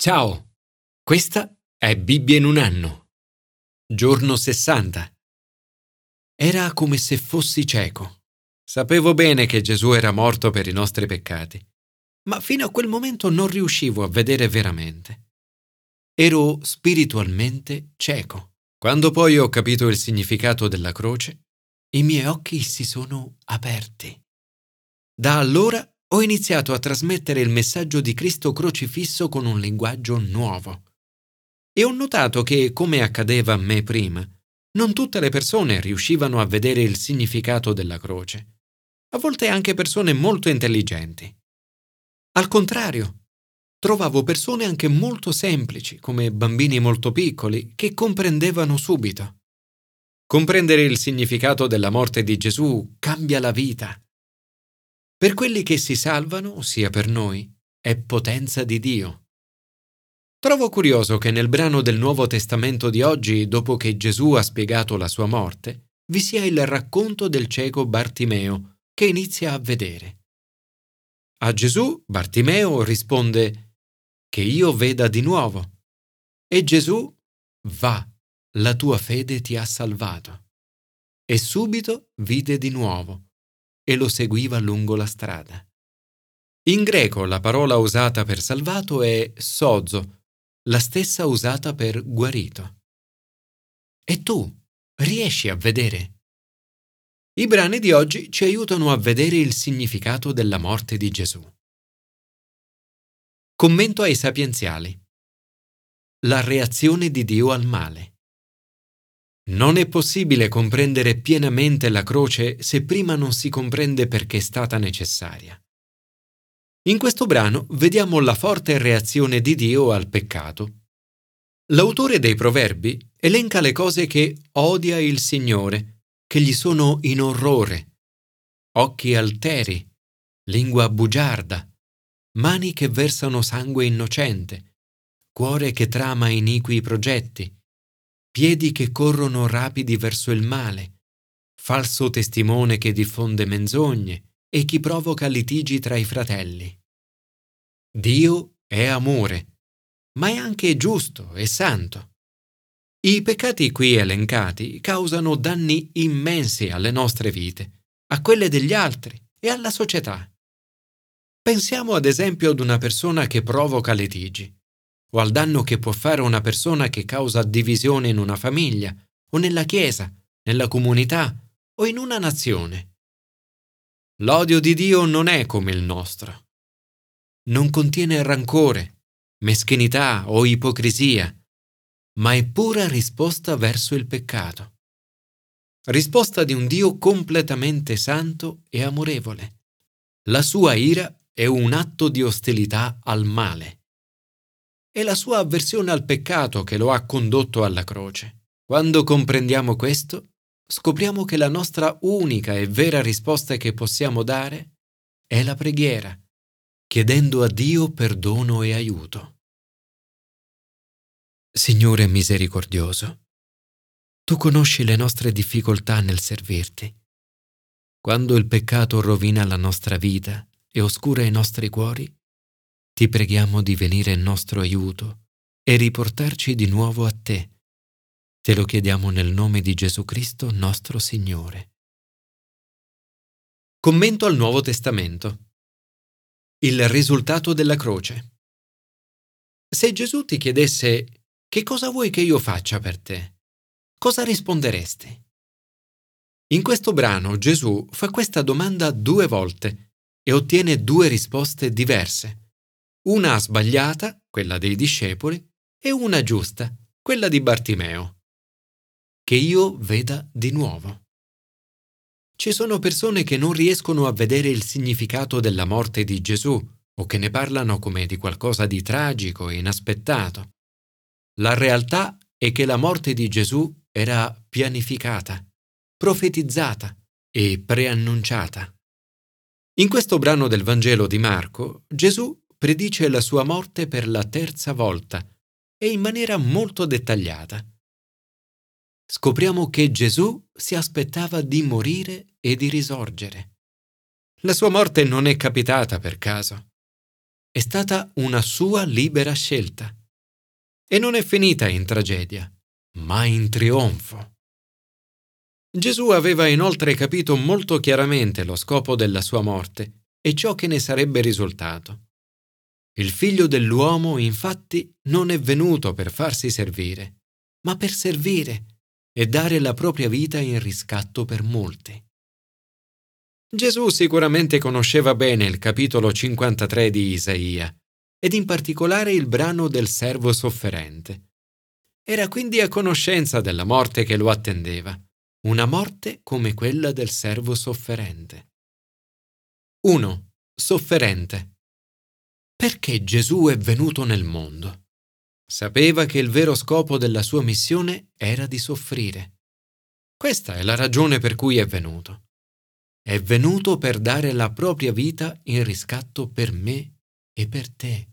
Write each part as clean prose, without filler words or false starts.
Ciao, questa è Bibbia in un anno. Giorno 60. Era come se fossi cieco. Sapevo bene che Gesù era morto per i nostri peccati, ma fino a quel momento non riuscivo a vedere veramente. Ero spiritualmente cieco. Quando poi ho capito il significato della croce, i miei occhi si sono aperti. Da allora ho iniziato a trasmettere il messaggio di Cristo crocifisso con un linguaggio nuovo. E ho notato che, come accadeva a me prima, non tutte le persone riuscivano a vedere il significato della croce. A volte anche persone molto intelligenti. Al contrario, trovavo persone anche molto semplici, come bambini molto piccoli, che comprendevano subito. Comprendere il significato della morte di Gesù cambia la vita. Per quelli che si salvano, ossia per noi, è potenza di Dio. Trovo curioso che nel brano del Nuovo Testamento di oggi, dopo che Gesù ha spiegato la sua morte, vi sia il racconto del cieco Bartimeo, che inizia a vedere. A Gesù, Bartimeo risponde: «Che io veda di nuovo». E Gesù: «Va, la tua fede ti ha salvato». E subito vide di nuovo e lo seguiva lungo la strada. In greco la parola usata per salvato è sozo, la stessa usata per guarito. E tu riesci a vedere? I brani di oggi ci aiutano a vedere il significato della morte di Gesù. Commento ai sapienziali. La reazione di Dio al male. Non è possibile comprendere pienamente la croce se prima non si comprende perché è stata necessaria. In questo brano vediamo la forte reazione di Dio al peccato. L'autore dei Proverbi elenca le cose che odia il Signore, che gli sono in orrore: occhi alteri, lingua bugiarda, mani che versano sangue innocente, cuore che trama iniqui progetti, piedi che corrono rapidi verso il male, falso testimone che diffonde menzogne e chi provoca litigi tra i fratelli. Dio è amore, ma è anche giusto e santo. I peccati qui elencati causano danni immensi alle nostre vite, a quelle degli altri e alla società. Pensiamo ad esempio ad una persona che provoca litigi, o al danno che può fare una persona che causa divisione in una famiglia, o nella chiesa, nella comunità o in una nazione. L'odio di Dio non è come il nostro. Non contiene rancore, meschinità o ipocrisia, ma è pura risposta verso il peccato. Risposta di un Dio completamente santo e amorevole. La sua ira è un atto di ostilità al male. È la sua avversione al peccato che lo ha condotto alla croce. Quando comprendiamo questo, scopriamo che la nostra unica e vera risposta che possiamo dare è la preghiera, chiedendo a Dio perdono e aiuto. Signore misericordioso, tu conosci le nostre difficoltà nel servirti. Quando il peccato rovina la nostra vita e oscura i nostri cuori, ti preghiamo di venire in nostro aiuto e riportarci di nuovo a te. Te lo chiediamo nel nome di Gesù Cristo, nostro Signore. Commento al Nuovo Testamento. Il risultato della croce. Se Gesù ti chiedesse: «Che cosa vuoi che io faccia per te?», cosa risponderesti? In questo brano Gesù fa questa domanda 2 volte e ottiene 2 risposte diverse. Una sbagliata, quella dei discepoli, e una giusta, quella di Bartimeo. Che io veda di nuovo. Ci sono persone che non riescono a vedere il significato della morte di Gesù o che ne parlano come di qualcosa di tragico e inaspettato. La realtà è che la morte di Gesù era pianificata, profetizzata e preannunciata. In questo brano del Vangelo di Marco, Gesù predice la sua morte per la 3ª volta e in maniera molto dettagliata. Scopriamo che Gesù si aspettava di morire e di risorgere. La sua morte non è capitata per caso. è stata una sua libera scelta. E non è finita in tragedia, ma in trionfo. Gesù aveva inoltre capito molto chiaramente lo scopo della sua morte e ciò che ne sarebbe risultato. Il Figlio dell'uomo, infatti, non è venuto per farsi servire, ma per servire e dare la propria vita in riscatto per molti. Gesù sicuramente conosceva bene il capitolo 53 di Isaia, ed in particolare il brano del servo sofferente. Era quindi a conoscenza della morte che lo attendeva, una morte come quella del servo sofferente. 1. Sofferente. Perché Gesù è venuto nel mondo? Sapeva che il vero scopo della sua missione era di soffrire. Questa è la ragione per cui è venuto. È venuto per dare la propria vita in riscatto per me e per te.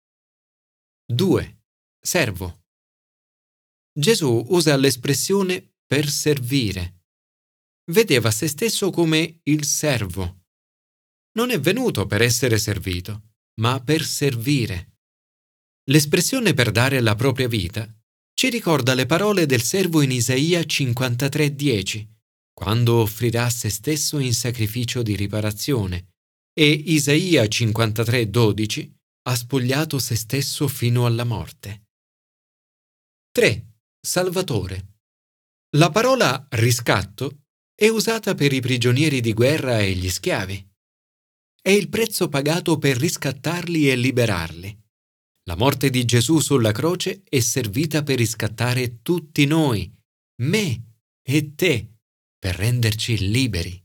2. Servo. Gesù usa l'espressione per servire. Vedeva se stesso come il servo. Non è venuto per essere servito, ma per servire. L'espressione per dare la propria vita ci ricorda le parole del servo in Isaia 53:10, quando offrirà se stesso in sacrificio di riparazione, e Isaia 53:12 ha spogliato se stesso fino alla morte. 3. Salvatore. La parola riscatto è usata per i prigionieri di guerra e gli schiavi. È il prezzo pagato per riscattarli e liberarli. La morte di Gesù sulla croce è servita per riscattare tutti noi, me e te, per renderci liberi.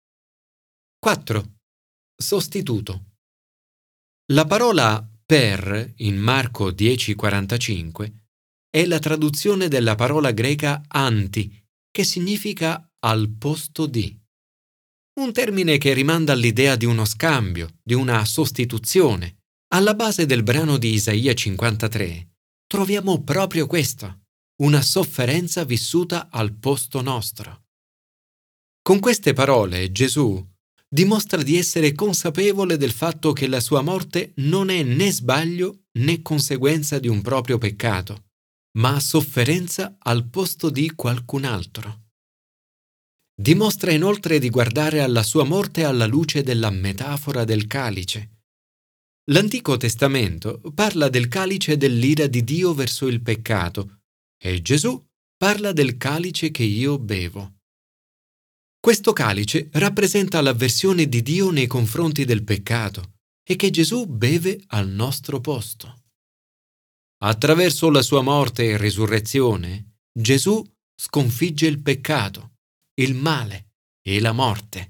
4. Sostituto. La parola per in Marco 10:45 è la traduzione della parola greca anti, che significa al posto di. Un termine che rimanda all'idea di uno scambio, di una sostituzione. Alla base del brano di Isaia 53 troviamo proprio questo, una sofferenza vissuta al posto nostro. Con queste parole Gesù dimostra di essere consapevole del fatto che la sua morte non è né sbaglio né conseguenza di un proprio peccato, ma sofferenza al posto di qualcun altro. Dimostra inoltre di guardare alla sua morte alla luce della metafora del calice. L'Antico Testamento parla del calice dell'ira di Dio verso il peccato e Gesù parla del calice che io bevo. Questo calice rappresenta l'avversione di Dio nei confronti del peccato e che Gesù beve al nostro posto. Attraverso la sua morte e risurrezione, Gesù sconfigge il peccato, il male e la morte.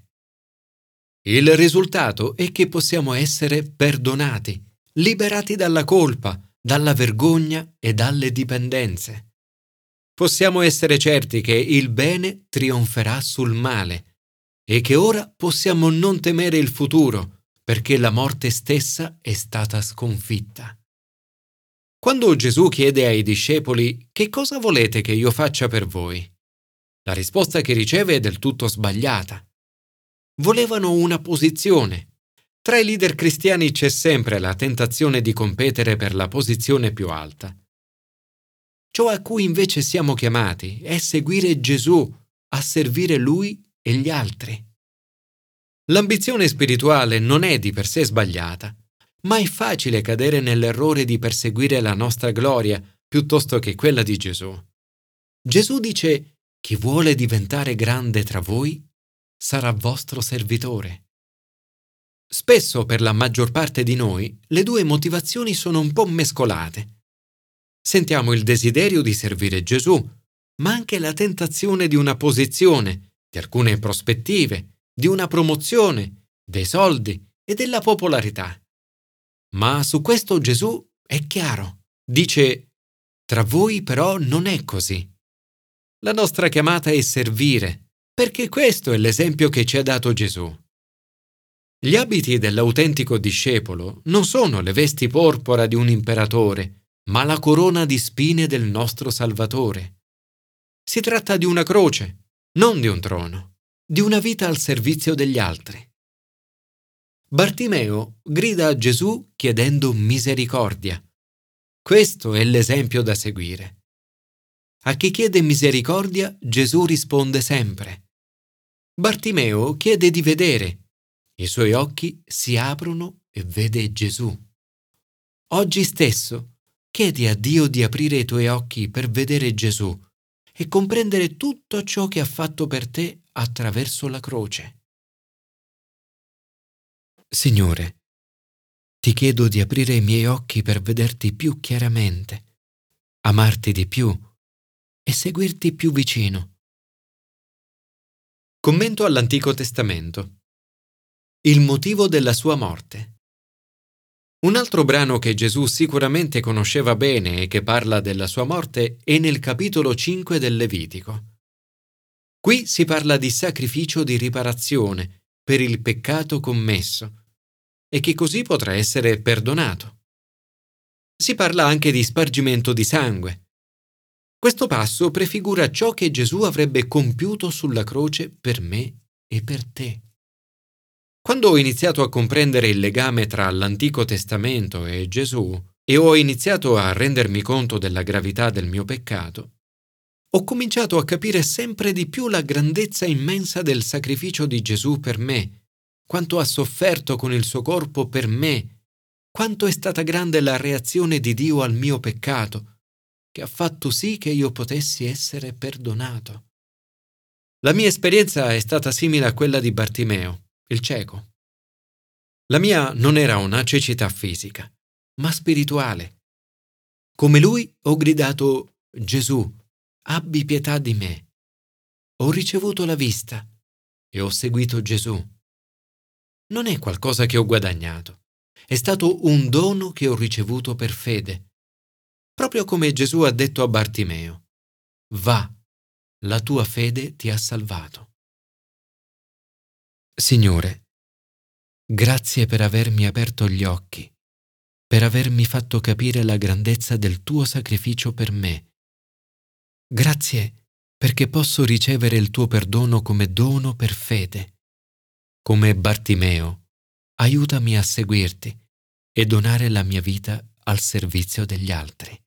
Il risultato è che possiamo essere perdonati, liberati dalla colpa, dalla vergogna e dalle dipendenze. Possiamo essere certi che il bene trionferà sul male e che ora possiamo non temere il futuro perché la morte stessa è stata sconfitta. Quando Gesù chiede ai discepoli «Che cosa volete che io faccia per voi?», la risposta che riceve è del tutto sbagliata. Volevano una posizione. Tra i leader cristiani c'è sempre la tentazione di competere per la posizione più alta. Ciò a cui invece siamo chiamati è seguire Gesù, a servire Lui e gli altri. L'ambizione spirituale non è di per sé sbagliata, ma è facile cadere nell'errore di perseguire la nostra gloria piuttosto che quella di Gesù. Gesù dice: «Chi vuole diventare grande tra voi sarà vostro servitore». Spesso per la maggior parte di noi le due motivazioni sono un po' mescolate. Sentiamo il desiderio di servire Gesù, ma anche la tentazione di una posizione, di alcune prospettive, di una promozione, dei soldi e della popolarità. Ma su questo Gesù è chiaro. Dice: «Tra voi però non è così». La nostra chiamata è servire, perché questo è l'esempio che ci ha dato Gesù. Gli abiti dell'autentico discepolo non sono le vesti porpora di un imperatore, ma la corona di spine del nostro Salvatore. Si tratta di una croce, non di un trono, di una vita al servizio degli altri. Bartimeo grida a Gesù chiedendo misericordia. Questo è l'esempio da seguire. A chi chiede misericordia, Gesù risponde sempre. Bartimeo chiede di vedere. I suoi occhi si aprono e vede Gesù. Oggi stesso chiedi a Dio di aprire i tuoi occhi per vedere Gesù e comprendere tutto ciò che ha fatto per te attraverso la croce. Signore, ti chiedo di aprire i miei occhi per vederti più chiaramente, amarti di più e seguirti più vicino. Commento all'Antico Testamento. Il motivo della sua morte. Un altro brano che Gesù sicuramente conosceva bene e che parla della sua morte è nel capitolo 5 del Levitico. Qui si parla di sacrificio di riparazione per il peccato commesso e che così potrà essere perdonato. Si parla anche di spargimento di sangue. Questo passo prefigura ciò che Gesù avrebbe compiuto sulla croce per me e per te. Quando ho iniziato a comprendere il legame tra l'Antico Testamento e Gesù e ho iniziato a rendermi conto della gravità del mio peccato, ho cominciato a capire sempre di più la grandezza immensa del sacrificio di Gesù per me, quanto ha sofferto con il suo corpo per me, quanto è stata grande la reazione di Dio al mio peccato, che ha fatto sì che io potessi essere perdonato. La mia esperienza è stata simile a quella di Bartimeo, il cieco. La mia non era una cecità fisica, ma spirituale. Come lui ho gridato: Gesù, abbi pietà di me. Ho ricevuto la vista e ho seguito Gesù. Non è qualcosa che ho guadagnato, è stato un dono che ho ricevuto per fede. Proprio come Gesù ha detto a Bartimeo: va, la tua fede ti ha salvato. Signore, grazie per avermi aperto gli occhi, per avermi fatto capire la grandezza del tuo sacrificio per me. Grazie perché posso ricevere il tuo perdono come dono per fede. Come Bartimeo, aiutami a seguirti e donare la mia vita al servizio degli altri.